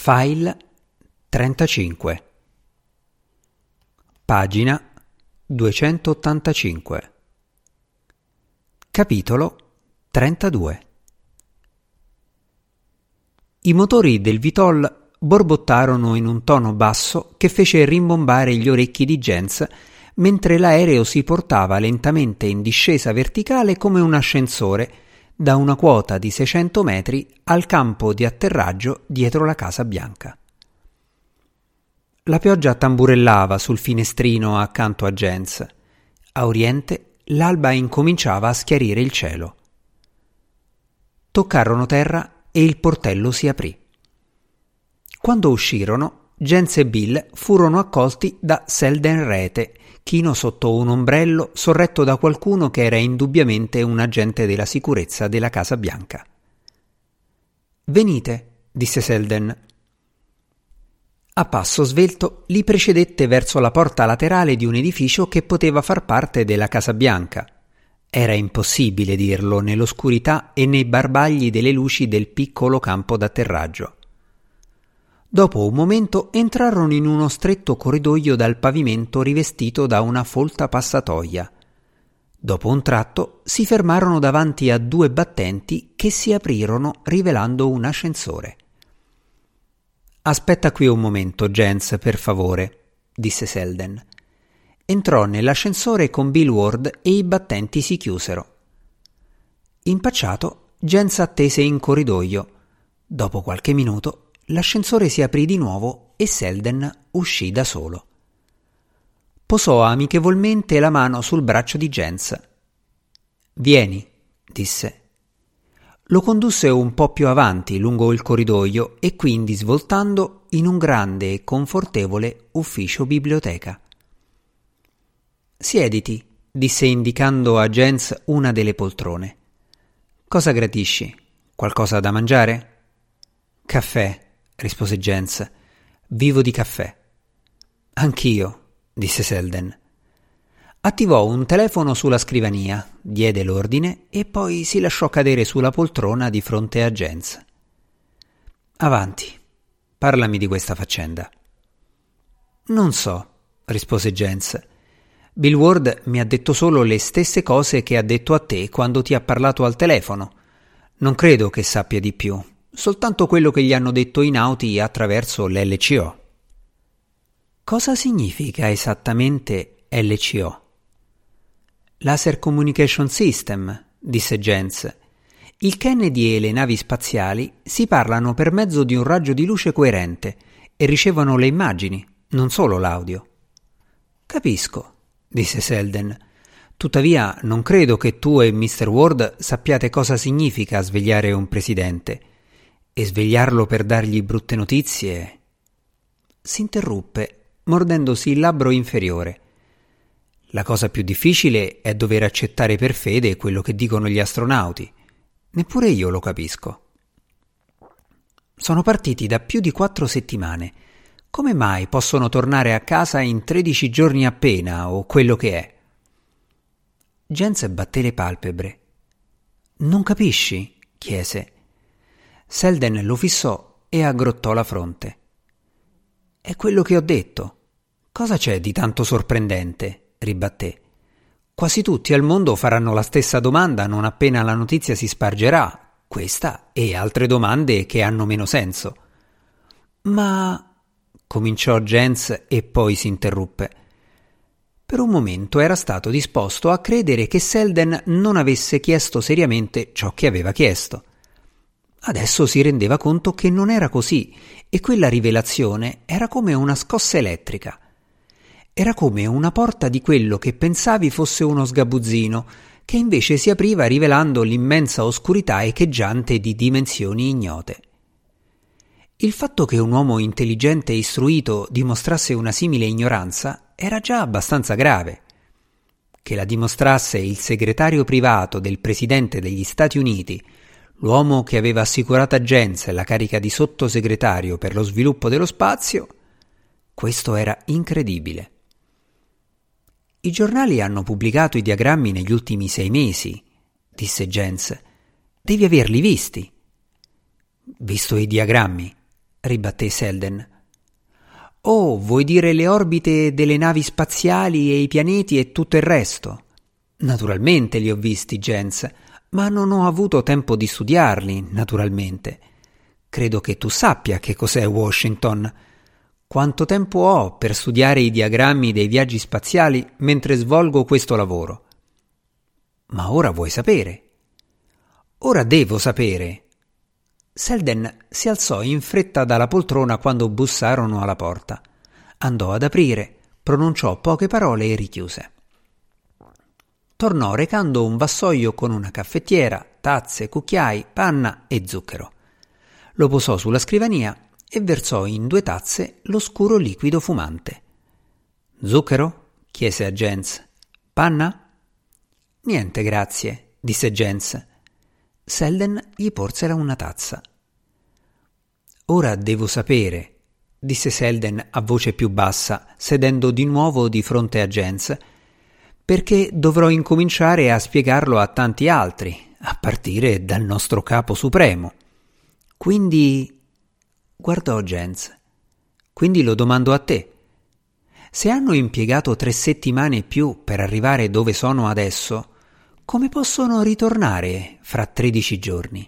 File 35. Pagina 285. Capitolo 32. I motori del Vitol borbottarono in un tono basso che fece rimbombare gli orecchi di Jens mentre l'aereo si portava lentamente in discesa verticale come un ascensore da una quota di 600 metri al campo di atterraggio dietro la Casa Bianca. La pioggia tamburellava sul finestrino accanto a Jens. A oriente l'alba incominciava a schiarire il cielo. Toccarono terra e il portello si aprì. Quando uscirono, Jens e Bill furono accolti da Selden Rete, chino sotto un ombrello sorretto da qualcuno che era indubbiamente un agente della sicurezza della Casa Bianca. «Venite», disse Selden. A passo svelto li precedette verso la porta laterale di un edificio che poteva far parte della Casa Bianca. Era impossibile dirlo nell'oscurità e nei barbagli delle luci del piccolo campo d'atterraggio. Dopo un momento entrarono in uno stretto corridoio dal pavimento rivestito da una folta passatoia. Dopo un tratto si fermarono davanti a due battenti che si aprirono rivelando un ascensore. «Aspetta qui un momento, Jens, per favore», disse Selden. Entrò nell'ascensore con Bill Ward e i battenti si chiusero. Impacciato, Jens attese in corridoio. Dopo qualche minuto l'ascensore si aprì di nuovo e Selden uscì da solo. Posò amichevolmente la mano sul braccio di Jens. «Vieni», disse. Lo condusse un po' più avanti lungo il corridoio e quindi svoltando in un grande e confortevole ufficio biblioteca. «Siediti», disse indicando a Jens una delle poltrone. «Cosa gradisci? Qualcosa da mangiare?» «Caffè», rispose Jens. «Vivo di caffè». «Anch'io», disse Selden. Attivò un telefono sulla scrivania, diede l'ordine e poi si lasciò cadere sulla poltrona di fronte a Jens. «Avanti, parlami di questa faccenda». «Non so», rispose Jens. «Bill Ward mi ha detto solo le stesse cose che ha detto a te quando ti ha parlato al telefono. Non credo che sappia di più, soltanto quello che gli hanno detto i nauti attraverso l'LCO». «Cosa significa esattamente LCO?» «Laser Communication System», disse Jens. «Il Kennedy e le navi spaziali si parlano per mezzo di un raggio di luce coerente e ricevono le immagini, non solo l'audio». «Capisco», disse Selden. «Tuttavia non credo che tu e Mr. Ward sappiate cosa significa svegliare un presidente. E svegliarlo per dargli brutte notizie...» S'interruppe, mordendosi il labbro inferiore. «La cosa più difficile è dover accettare per fede quello che dicono gli astronauti. Neppure io lo capisco». «Sono partiti da più di 4 settimane. Come mai possono tornare a casa in 13 giorni appena, o quello che è?» Jens batté le palpebre. «Non capisci?» chiese. Selden lo fissò e aggrottò la fronte. «È quello che ho detto. Cosa c'è di tanto sorprendente?» ribatté. «Quasi tutti al mondo faranno la stessa domanda non appena la notizia si spargerà, questa e altre domande che hanno meno senso». «Ma...» cominciò Jens e poi si interruppe. Per un momento era stato disposto a credere che Selden non avesse chiesto seriamente ciò che aveva chiesto. Adesso si rendeva conto che non era così e quella rivelazione era come una scossa elettrica. Era come una porta di quello che pensavi fosse uno sgabuzzino, che invece si apriva rivelando l'immensa oscurità echeggiante di dimensioni ignote. Il fatto che un uomo intelligente e istruito dimostrasse una simile ignoranza era già abbastanza grave. Che la dimostrasse il segretario privato del Presidente degli Stati Uniti, l'uomo che aveva assicurato a Jens la carica di sottosegretario per lo sviluppo dello spazio, questo era incredibile. «I giornali hanno pubblicato i diagrammi negli ultimi 6 mesi», disse Jens. «Devi averli visti». «Visto i diagrammi?» ribatté Selden. Oh, vuoi dire le orbite delle navi spaziali e i pianeti e tutto il resto? Naturalmente li ho visti, Jens, ma non ho avuto tempo di studiarli, naturalmente. Credo che tu sappia che cos'è Washington. Quanto tempo ho per studiare i diagrammi dei viaggi spaziali mentre svolgo questo lavoro? Ma ora vuoi sapere? Ora devo sapere. Selden si alzò in fretta dalla poltrona quando bussarono alla porta. Andò ad aprire, pronunciò poche parole e richiuse. Tornò recando un vassoio con una caffettiera, tazze, cucchiai, panna e zucchero. Lo posò sulla scrivania e versò in 2 tazze lo scuro liquido fumante. Zucchero? Chiese a Jens. Panna? Niente, grazie, disse Jens. Selden gli porse una tazza. Ora devo sapere, disse Selden a voce più bassa, sedendo di nuovo di fronte a Jens, perché dovrò incominciare a spiegarlo a tanti altri, a partire dal nostro capo supremo. Quindi, guardò Jens, quindi lo domando a te. Se hanno impiegato 3 settimane e più per arrivare dove sono adesso, come possono ritornare fra 13 giorni?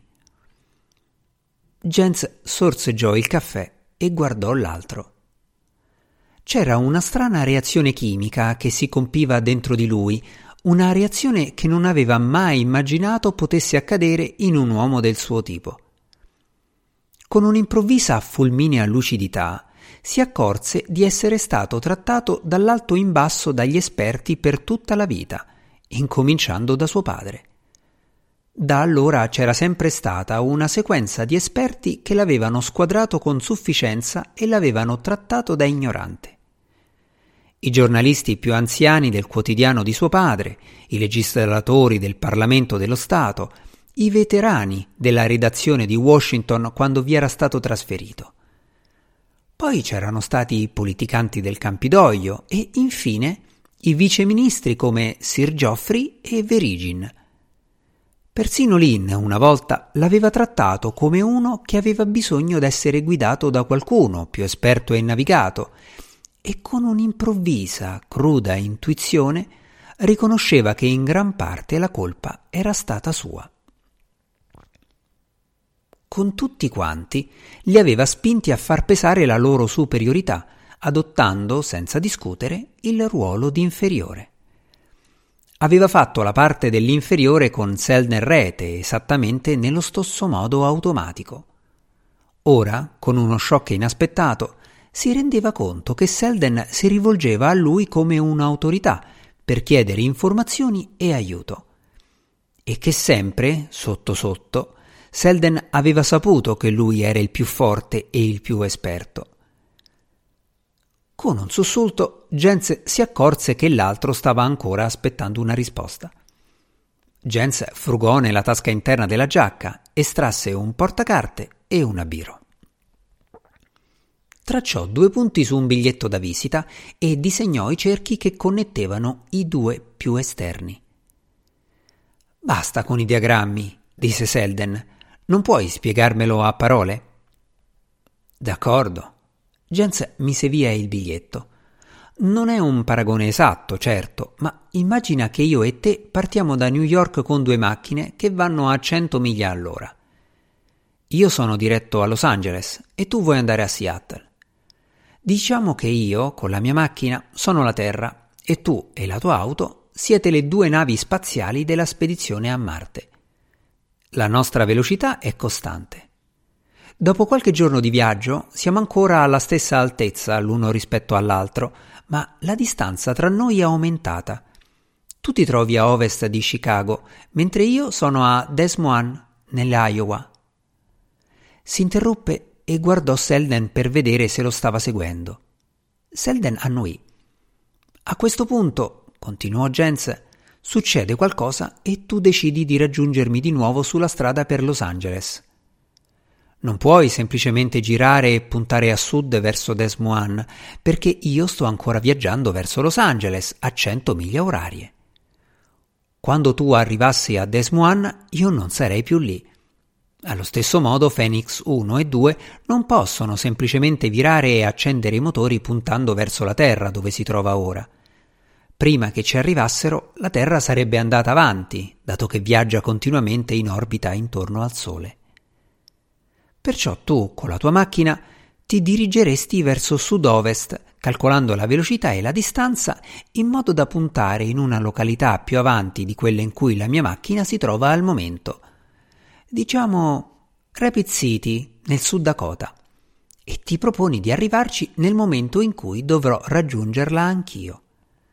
Jens sorseggiò il caffè e guardò l'altro. C'era una strana reazione chimica che si compiva dentro di lui, una reazione che non aveva mai immaginato potesse accadere in un uomo del suo tipo. Con un'improvvisa fulminea lucidità si accorse di essere stato trattato dall'alto in basso dagli esperti per tutta la vita, incominciando da suo padre. Da allora c'era sempre stata una sequenza di esperti che l'avevano squadrato con sufficienza e l'avevano trattato da ignorante. I giornalisti più anziani del quotidiano di suo padre, i legislatori del Parlamento dello Stato, i veterani della redazione di Washington quando vi era stato trasferito. Poi c'erano stati i politicanti del Campidoglio e, infine, i viceministri come Sir Geoffrey e Verigin. Persino Lynn una volta l'aveva trattato come uno che aveva bisogno d'essere guidato da qualcuno più esperto e navigato, e con un'improvvisa, cruda intuizione riconosceva che in gran parte la colpa era stata sua. Con tutti quanti li aveva spinti a far pesare la loro superiorità, adottando, senza discutere, il ruolo di inferiore. Aveva fatto la parte dell'inferiore con Selden Rete, esattamente nello stesso modo automatico. Ora, con uno shock inaspettato, si rendeva conto che Selden si rivolgeva a lui come un'autorità per chiedere informazioni e aiuto, e che sempre, sotto sotto, Selden aveva saputo che lui era il più forte e il più esperto. Con un sussulto, Jens si accorse che l'altro stava ancora aspettando una risposta. Jens frugò nella tasca interna della giacca, estrasse un portacarte e una biro. Tracciò 2 punti su un biglietto da visita e disegnò i cerchi che connettevano i 2 più esterni. «Basta con i diagrammi», disse Selden. «Non puoi spiegarmelo a parole?» «D'accordo». Jens mise via il biglietto. «Non è un paragone esatto, certo, ma immagina che io e te partiamo da New York con 2 macchine che vanno a 100 miglia all'ora. Io sono diretto a Los Angeles e tu vuoi andare a Seattle. Diciamo che io, con la mia macchina, sono la Terra e tu e la tua auto siete le 2 navi spaziali della spedizione a Marte. La nostra velocità è costante. Dopo qualche giorno di viaggio siamo ancora alla stessa altezza l'uno rispetto all'altro, ma la distanza tra noi è aumentata. Tu ti trovi a ovest di Chicago, mentre io sono a Des Moines, nell'Iowa. Si interruppe e guardò Selden per vedere se lo stava seguendo. Selden annuì. A questo punto, continuò Jens, succede qualcosa e tu decidi di raggiungermi di nuovo sulla strada per Los Angeles. Non puoi semplicemente girare e puntare a sud verso Des Moines, perché io sto ancora viaggiando verso Los Angeles a 100 miglia orarie. Quando tu arrivassi a Des Moines, io non sarei più lì. Allo stesso modo Phoenix 1 e 2 non possono semplicemente virare e accendere i motori puntando verso la Terra dove si trova ora. Prima che ci arrivassero, la Terra sarebbe andata avanti, dato che viaggia continuamente in orbita intorno al Sole. Perciò tu, con la tua macchina, ti dirigeresti verso sud-ovest, calcolando la velocità e la distanza in modo da puntare in una località più avanti di quella in cui la mia macchina si trova al momento. Diciamo Rapid City, nel Sud Dakota, e ti proponi di arrivarci nel momento in cui dovrò raggiungerla anch'io.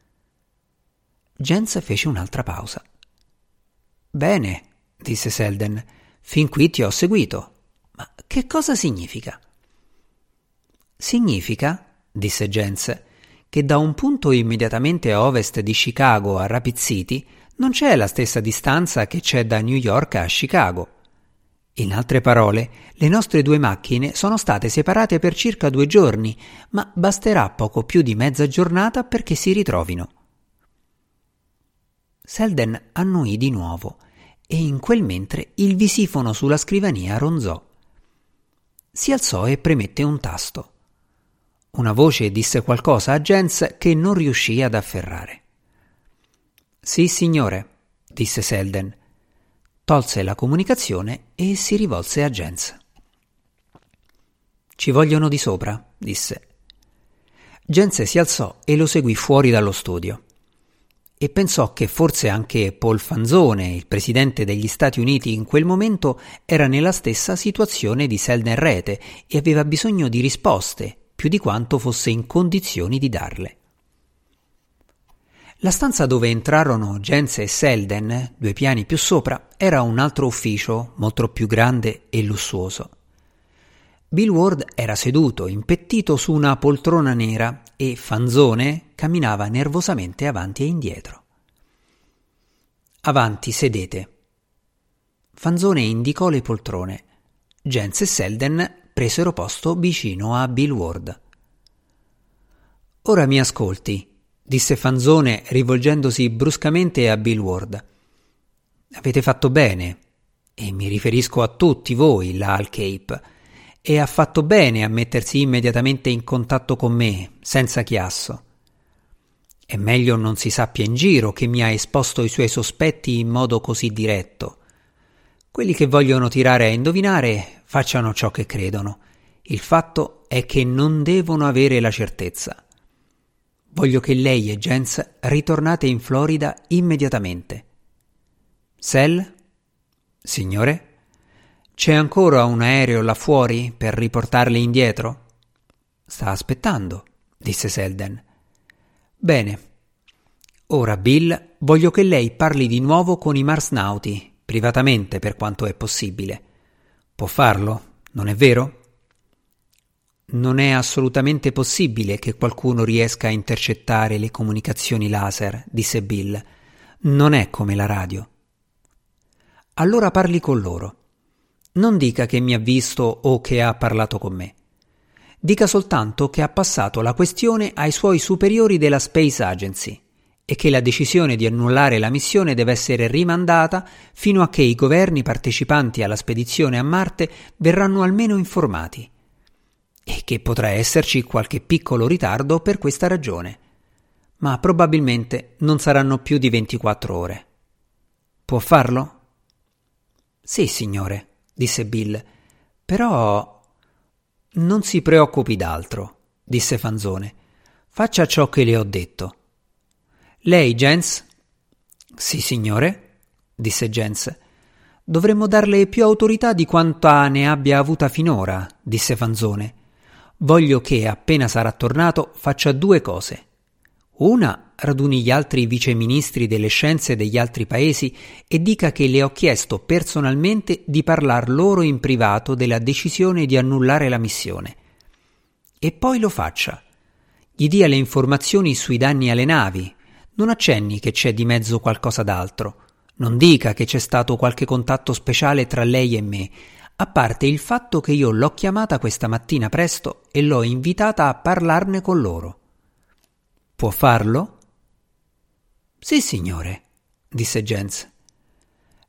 Jens fece un'altra pausa. Bene, disse Selden, fin qui ti ho seguito. Ma che cosa significa? Significa, disse Jens, che da un punto immediatamente a ovest di Chicago a Rapid City non c'è la stessa distanza che c'è da New York a Chicago. In altre parole, le nostre due macchine sono state separate per circa 2 giorni, ma basterà poco più di mezza giornata perché si ritrovino. Selden annuì di nuovo e in quel mentre il visifono sulla scrivania ronzò. Si alzò e premette un tasto. Una voce disse qualcosa a Jens che non riuscì ad afferrare. «Sì, signore», disse Selden. Tolse la comunicazione e si rivolse a Jens. «Ci vogliono di sopra», disse. Jens si alzò e lo seguì fuori dallo studio. E pensò che forse anche Paul Fanzone, il presidente degli Stati Uniti in quel momento, era nella stessa situazione di Selden Rete e aveva bisogno di risposte, più di quanto fosse in condizioni di darle. La stanza dove entrarono Jens e Selden, 2 piani più sopra, era un altro ufficio, molto più grande e lussuoso. Bill Ward era seduto, impettito su una poltrona nera e Fanzone camminava nervosamente avanti e indietro. «Avanti, sedete». Fanzone indicò le poltrone. Jens e Selden presero posto vicino a Bill Ward. «Ora mi ascolti», disse Fanzone rivolgendosi bruscamente a Bill Ward. «Avete fatto bene, e mi riferisco a tutti voi là al Cape, e ha fatto bene a mettersi immediatamente in contatto con me, senza chiasso. È meglio non si sappia in giro che mi ha esposto i suoi sospetti in modo così diretto. Quelli che vogliono tirare a indovinare facciano ciò che credono. Il fatto è che non devono avere la certezza. Voglio che lei e Jens ritornate in Florida immediatamente». «Sel?» «Signore?» «C'è ancora un aereo là fuori per riportarli indietro?» «Sta aspettando», disse Selden. «Bene. Ora, Bill, voglio che lei parli di nuovo con i marsnauti, privatamente per quanto è possibile. Può farlo, non è vero?» «Non è assolutamente possibile che qualcuno riesca a intercettare le comunicazioni laser», disse Bill. «Non è come la radio». «Allora parli con loro. Non dica che mi ha visto o che ha parlato con me. Dica soltanto che ha passato la questione ai suoi superiori della Space Agency e che la decisione di annullare la missione deve essere rimandata fino a che i governi partecipanti alla spedizione a Marte verranno almeno informati e che potrà esserci qualche piccolo ritardo per questa ragione, ma probabilmente non saranno più di 24 ore. Può farlo?» «Sì, signore», disse Bill, «però…» «Non si preoccupi d'altro», disse Fanzone. «Faccia ciò che le ho detto». «Lei, Jens?» «Sì, signore», disse Jens. «Dovremmo darle più autorità di quanta ne abbia avuta finora», disse Fanzone. «Voglio che, appena sarà tornato, faccia 2 cose. Una, raduni gli altri viceministri delle scienze degli altri paesi e dica che le ho chiesto personalmente di parlar loro in privato della decisione di annullare la missione. E poi lo faccia. Gli dia le informazioni sui danni alle navi. Non accenni che c'è di mezzo qualcosa d'altro. Non dica che c'è stato qualche contatto speciale tra lei e me, a parte il fatto che io l'ho chiamata questa mattina presto e l'ho invitata a parlarne con loro. Può farlo?» «Sì, signore», disse Jens.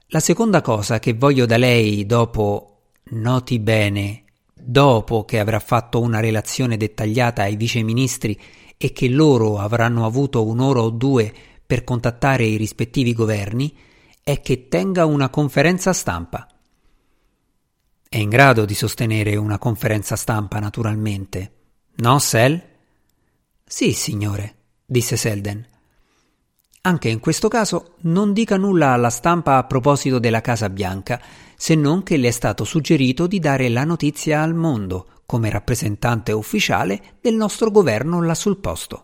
La seconda cosa che voglio da lei dopo, noti bene, dopo che avrà fatto una relazione dettagliata ai viceministri e che loro avranno avuto un'ora o due per contattare i rispettivi governi, è che tenga una conferenza stampa. È in grado di sostenere una conferenza stampa, naturalmente. No, Sel? Sì, signore, disse Selden. Anche in questo caso non dica nulla alla stampa a proposito della Casa Bianca, se non che le è stato suggerito di dare la notizia al mondo, come rappresentante ufficiale del nostro governo là sul posto.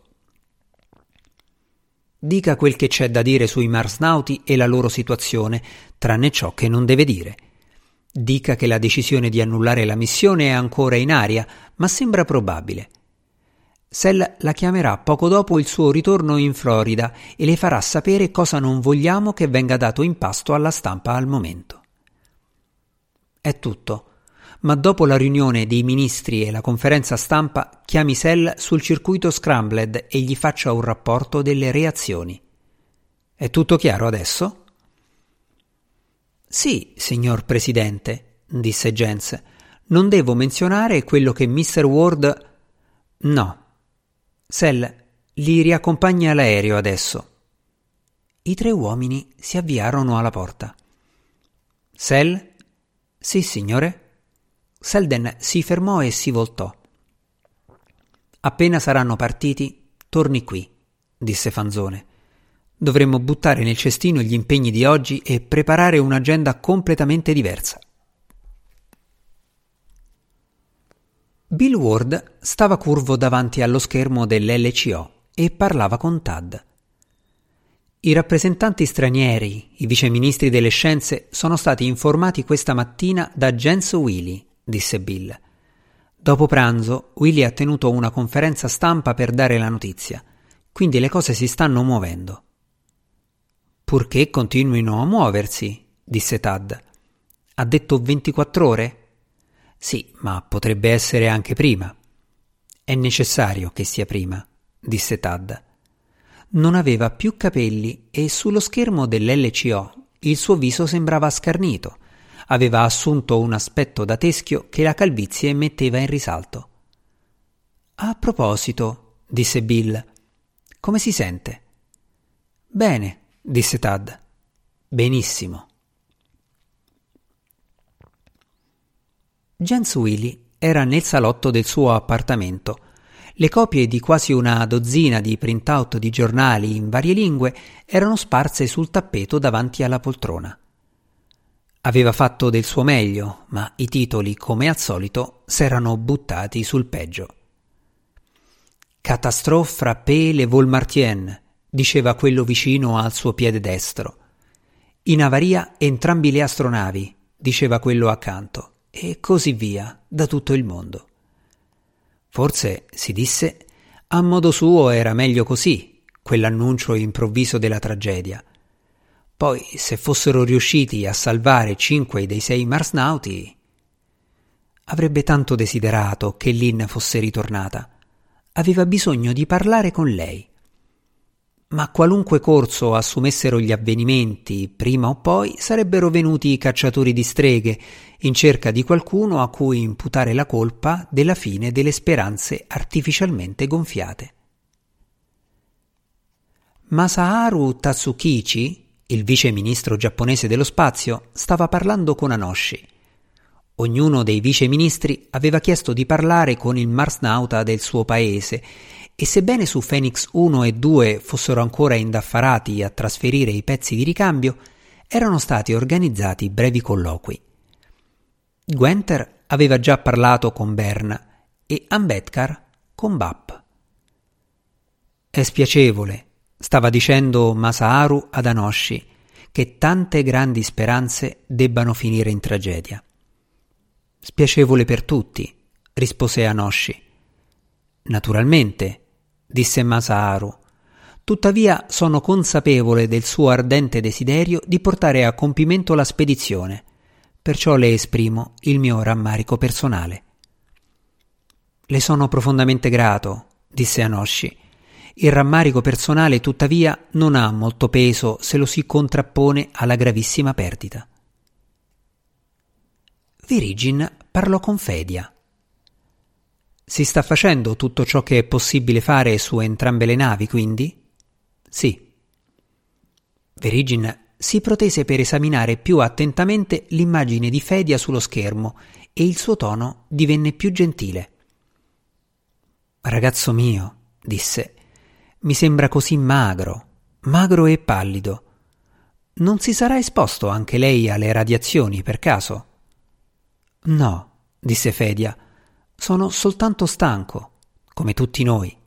Dica quel che c'è da dire sui marsnauti e la loro situazione, tranne ciò che non deve dire. Dica che la decisione di annullare la missione è ancora in aria, ma sembra probabile. Sel la chiamerà poco dopo il suo ritorno in Florida e le farà sapere cosa non vogliamo che venga dato in pasto alla stampa al momento. È tutto, ma dopo la riunione dei ministri e la conferenza stampa chiami Sel sul circuito Scrambled e gli faccia un rapporto delle reazioni. È tutto chiaro adesso? Sì, signor Presidente, disse Jens. Non devo menzionare quello che Mr. Ward... No. Sel, li riaccompagna all'aereo adesso. I tre uomini si avviarono alla porta. Sel? Sì, signore. Selden si fermò e si voltò. Appena saranno partiti, torni qui, disse Fanzone. Dovremmo buttare nel cestino gli impegni di oggi e preparare un'agenda completamente diversa. Bill Ward stava curvo davanti allo schermo dell'LCO e parlava con Tad. I rappresentanti stranieri, i viceministri delle scienze, sono stati informati questa mattina da Jens Willy, disse Bill. Dopo pranzo, Willy ha tenuto una conferenza stampa per dare la notizia, quindi le cose si stanno muovendo. Purché continuino a muoversi, disse Tad. Ha detto 24 ore? Sì, ma potrebbe essere anche prima. È necessario che sia prima, disse Tad. Non aveva più capelli e sullo schermo dell'LCO il suo viso sembrava scarnito. Aveva assunto un aspetto da teschio che la calvizie metteva in risalto. A proposito, disse Bill, come si sente? Bene, disse Tad. Benissimo. Jens Willy era nel salotto del suo appartamento. Le copie di quasi una dozzina di printout di giornali in varie lingue erano sparse sul tappeto davanti alla poltrona. Aveva fatto del suo meglio, ma i titoli, come al solito, s'erano buttati sul peggio. Catastrophe frappée le vol Martien, diceva quello vicino al suo piede destro. In avaria entrambi le astronavi, diceva quello accanto. E così via, da tutto il mondo. Forse, si disse, a modo suo era meglio così, quell'annuncio improvviso della tragedia. Poi, se fossero riusciti a salvare 5 dei 6 marsnauti... Avrebbe tanto desiderato che Lynn fosse ritornata. Aveva bisogno di parlare con lei. Ma qualunque corso assumessero gli avvenimenti, prima o poi sarebbero venuti i cacciatori di streghe in cerca di qualcuno a cui imputare la colpa della fine delle speranze artificialmente gonfiate. Masaharu Tatsukichi, il vice ministro giapponese dello spazio, stava parlando con Anoshi. Ognuno dei vice ministri aveva chiesto di parlare con il marsnauta del suo paese e sebbene su Phoenix 1 e 2 fossero ancora indaffarati a trasferire i pezzi di ricambio, erano stati organizzati brevi colloqui. Gwenter aveva già parlato con Bern e Ambedkar con Bap. È spiacevole, stava dicendo Masaharu ad Anoshi, che tante grandi speranze debbano finire in tragedia. Spiacevole per tutti, rispose Anoshi. Naturalmente, disse Masaharu. Tuttavia sono consapevole del suo ardente desiderio di portare a compimento la spedizione, perciò le esprimo il mio rammarico personale. Le sono profondamente grato, disse Anoshi, Il rammarico personale, tuttavia, non ha molto peso se lo si contrappone alla gravissima perdita. Virgin parlò con Fedia. Si sta facendo tutto ciò che è possibile fare su entrambe le navi, quindi? Sì. Virgin si protese per esaminare più attentamente l'immagine di Fedia sullo schermo e il suo tono divenne più gentile. Ragazzo mio, disse, mi sembra così magro e pallido. Non si sarà esposto anche lei alle radiazioni, per caso? No, disse Fedia, sono soltanto stanco, come tutti noi.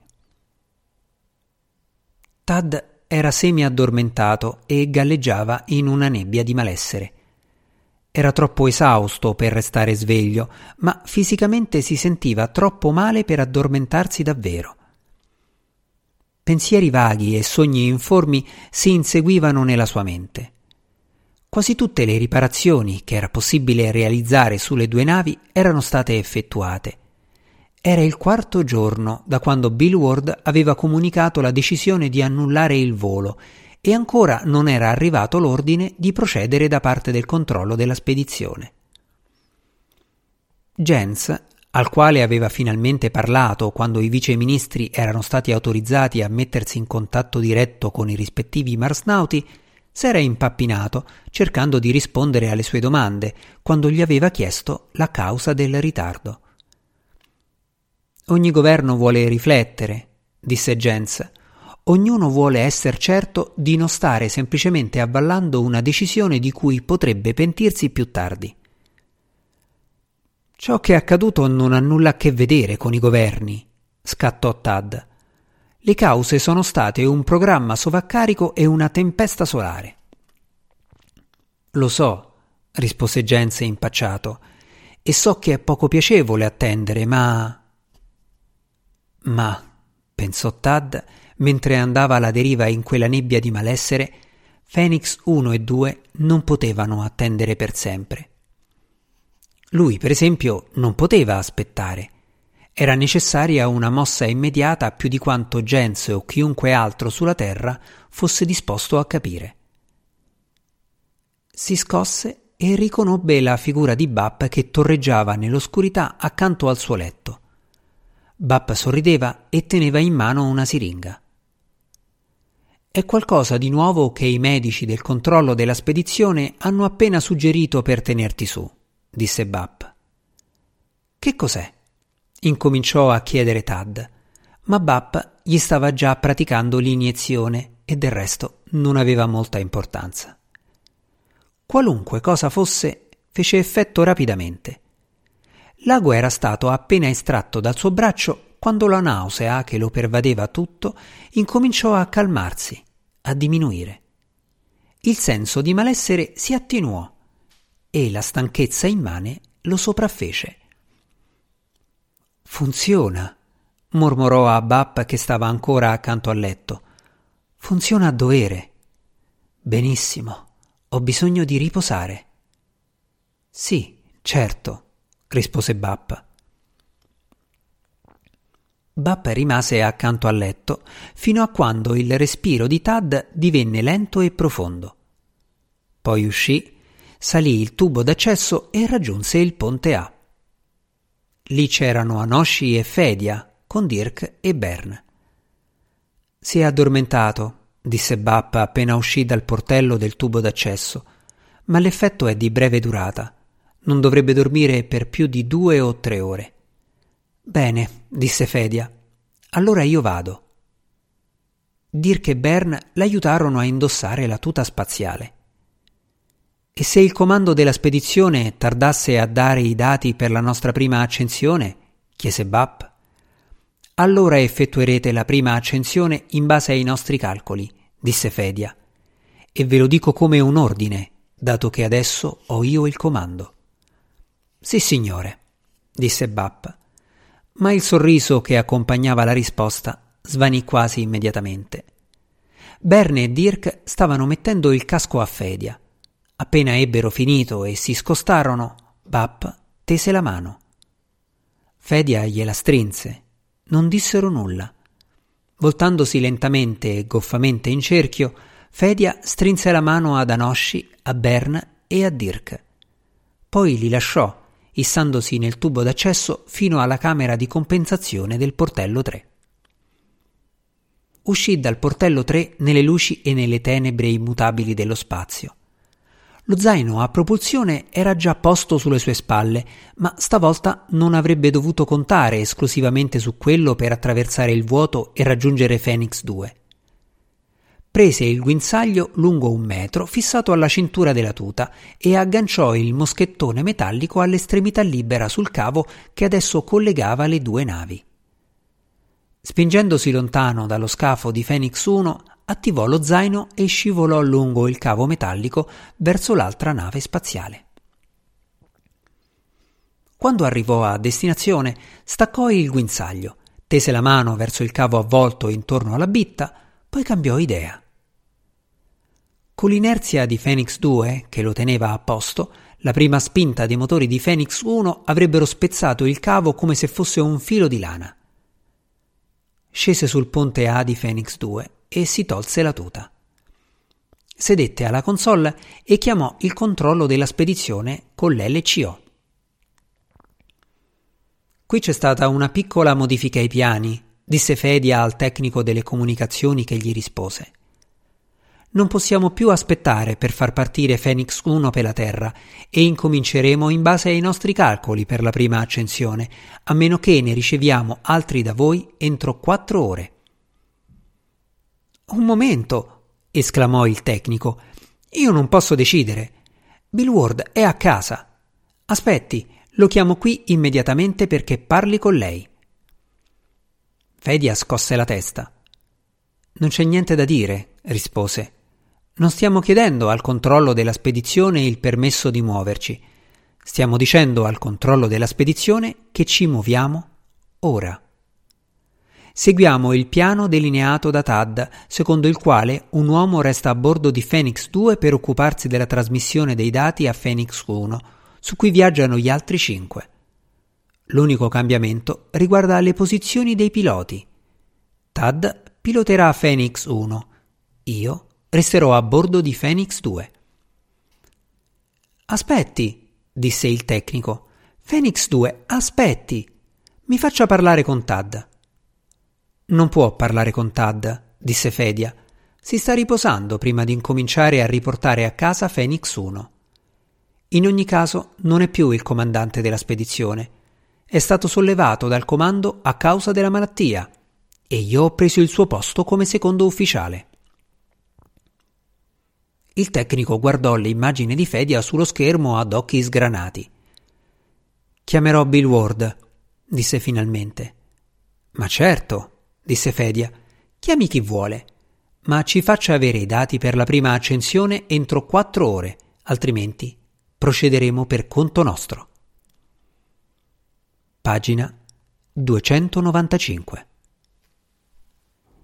Tad era semi-addormentato e galleggiava in una nebbia di malessere. Era troppo esausto per restare sveglio, ma fisicamente si sentiva troppo male per addormentarsi davvero. Pensieri vaghi e sogni informi si inseguivano nella sua mente. Quasi tutte le riparazioni che era possibile realizzare sulle due navi erano state effettuate. Era il 4º giorno da quando Bill Ward aveva comunicato la decisione di annullare il volo e ancora non era arrivato l'ordine di procedere da parte del controllo della spedizione. Jens, al quale aveva finalmente parlato quando i viceministri erano stati autorizzati a mettersi in contatto diretto con i rispettivi marsnauti, s'era impappinato cercando di rispondere alle sue domande quando gli aveva chiesto la causa del ritardo. Ogni governo vuole riflettere, disse Jens. Ognuno vuole essere certo di non stare semplicemente avvallando una decisione di cui potrebbe pentirsi più tardi. Ciò che è accaduto non ha nulla a che vedere con i governi, scattò Tad. Le cause sono state un programma sovraccarico e una tempesta solare. Lo so, rispose Jens impacciato, e so che è poco piacevole attendere, ma, pensò Tad, mentre andava alla deriva in quella nebbia di malessere, Phoenix 1 e 2 non potevano attendere per sempre. Lui, per esempio, non poteva aspettare. Era necessaria una mossa immediata più di quanto Jens o chiunque altro sulla Terra fosse disposto a capire. Si scosse e riconobbe la figura di Bap che torreggiava nell'oscurità accanto al suo letto. Bap sorrideva e teneva in mano una siringa. È qualcosa di nuovo che i medici del controllo della spedizione hanno appena suggerito per tenerti su, disse Bap. Che cos'è? Incominciò a chiedere Tad, ma Bap gli stava già praticando l'iniezione e del resto non aveva molta importanza. Qualunque cosa fosse, fece effetto rapidamente. L'ago era stato appena estratto dal suo braccio quando la nausea che lo pervadeva tutto incominciò a calmarsi, a diminuire. Il senso di malessere si attenuò e la stanchezza immane lo sopraffece. Funziona, mormorò a Bap che stava ancora accanto al letto. Funziona a dovere. Benissimo, ho bisogno di riposare. Sì, certo, rispose Bap. Bap rimase accanto al letto fino a quando il respiro di Tad divenne lento e profondo. Poi uscì, salì il tubo d'accesso e raggiunse il ponte A. Lì c'erano Anoshi e Fedia, con Dirk e Bern. Si è addormentato, disse Bap appena uscì dal portello del tubo d'accesso, ma l'effetto è di breve durata. Non dovrebbe dormire per più di 2 o 3 ore. Bene, disse Fedia. Allora io vado. Dirk e Bern l'aiutarono a indossare la tuta spaziale. E se il comando della spedizione tardasse a dare i dati per la nostra prima accensione? Chiese Bap. Allora effettuerete la prima accensione in base ai nostri calcoli, disse Fedia. E ve lo dico come un ordine, dato che adesso ho io il comando. Sì, signore, disse Bap, ma il sorriso che accompagnava la risposta svanì quasi immediatamente. Bern e Dirk stavano mettendo il casco a Fedia. Appena ebbero finito e si scostarono, Bap tese la mano. Fedia gliela strinse. Non dissero nulla. Voltandosi lentamente e goffamente in cerchio, Fedia strinse la mano ad Anosci, a Bern e a Dirk. Poi li lasciò, issandosi nel tubo d'accesso fino alla camera di compensazione del portello 3. Uscì dal portello 3 nelle luci e nelle tenebre immutabili dello spazio. Lo zaino a propulsione era già posto sulle sue spalle, ma stavolta non avrebbe dovuto contare esclusivamente su quello per attraversare il vuoto e raggiungere Phoenix 2. Prese il guinzaglio lungo 1 metro fissato alla cintura della tuta e agganciò il moschettone metallico all'estremità libera sul cavo che adesso collegava le 2 navi. Spingendosi lontano dallo scafo di Phoenix 1, attivò lo zaino e scivolò lungo il cavo metallico verso l'altra nave spaziale. Quando arrivò a destinazione, staccò il guinzaglio, tese la mano verso il cavo avvolto intorno alla bitta, poi cambiò idea. Con l'inerzia di Phoenix 2, che lo teneva a posto, la prima spinta dei motori di Phoenix 1 avrebbero spezzato il cavo come se fosse un filo di lana. Scese sul ponte A di Phoenix 2 e si tolse la tuta. Sedette alla console e chiamò il controllo della spedizione con l'LCO. Qui c'è stata una piccola modifica ai piani, disse Fedia al tecnico delle comunicazioni che gli rispose. Non possiamo più aspettare per far partire Phoenix 1 per la Terra e incominceremo in base ai nostri calcoli per la prima accensione, a meno che ne riceviamo altri da voi entro 4 ore. Un momento, esclamò il tecnico. Io non posso decidere. Bill Ward è a casa. Aspetti, lo chiamo qui immediatamente perché parli con lei. Fedia scosse la testa. Non c'è niente da dire, rispose. Non stiamo chiedendo al controllo della spedizione il permesso di muoverci. Stiamo dicendo al controllo della spedizione che ci muoviamo ora. Seguiamo il piano delineato da Tad, secondo il quale un uomo resta a bordo di Phoenix 2 per occuparsi della trasmissione dei dati a Phoenix 1, su cui viaggiano gli altri 5. L'unico cambiamento riguarda le posizioni dei piloti. Tad piloterà Phoenix 1. Io resterò a bordo di Phoenix 2. Aspetti, disse il tecnico. Phoenix 2, aspetti. Mi faccia parlare con Tad. Non può parlare con Tad, disse Fedia. Si sta riposando prima di incominciare a riportare a casa Phoenix 1. In ogni caso non è più il comandante della spedizione. È stato sollevato dal comando a causa della malattia e io ho preso il suo posto come secondo ufficiale. Il tecnico guardò le immagini di Fedia sullo schermo ad occhi sgranati. Chiamerò Bill Ward, disse finalmente. Ma certo, disse Fedia, chiami chi vuole, ma ci faccia avere i dati per la prima accensione entro 4 ore, altrimenti procederemo per conto nostro. Pagina 295.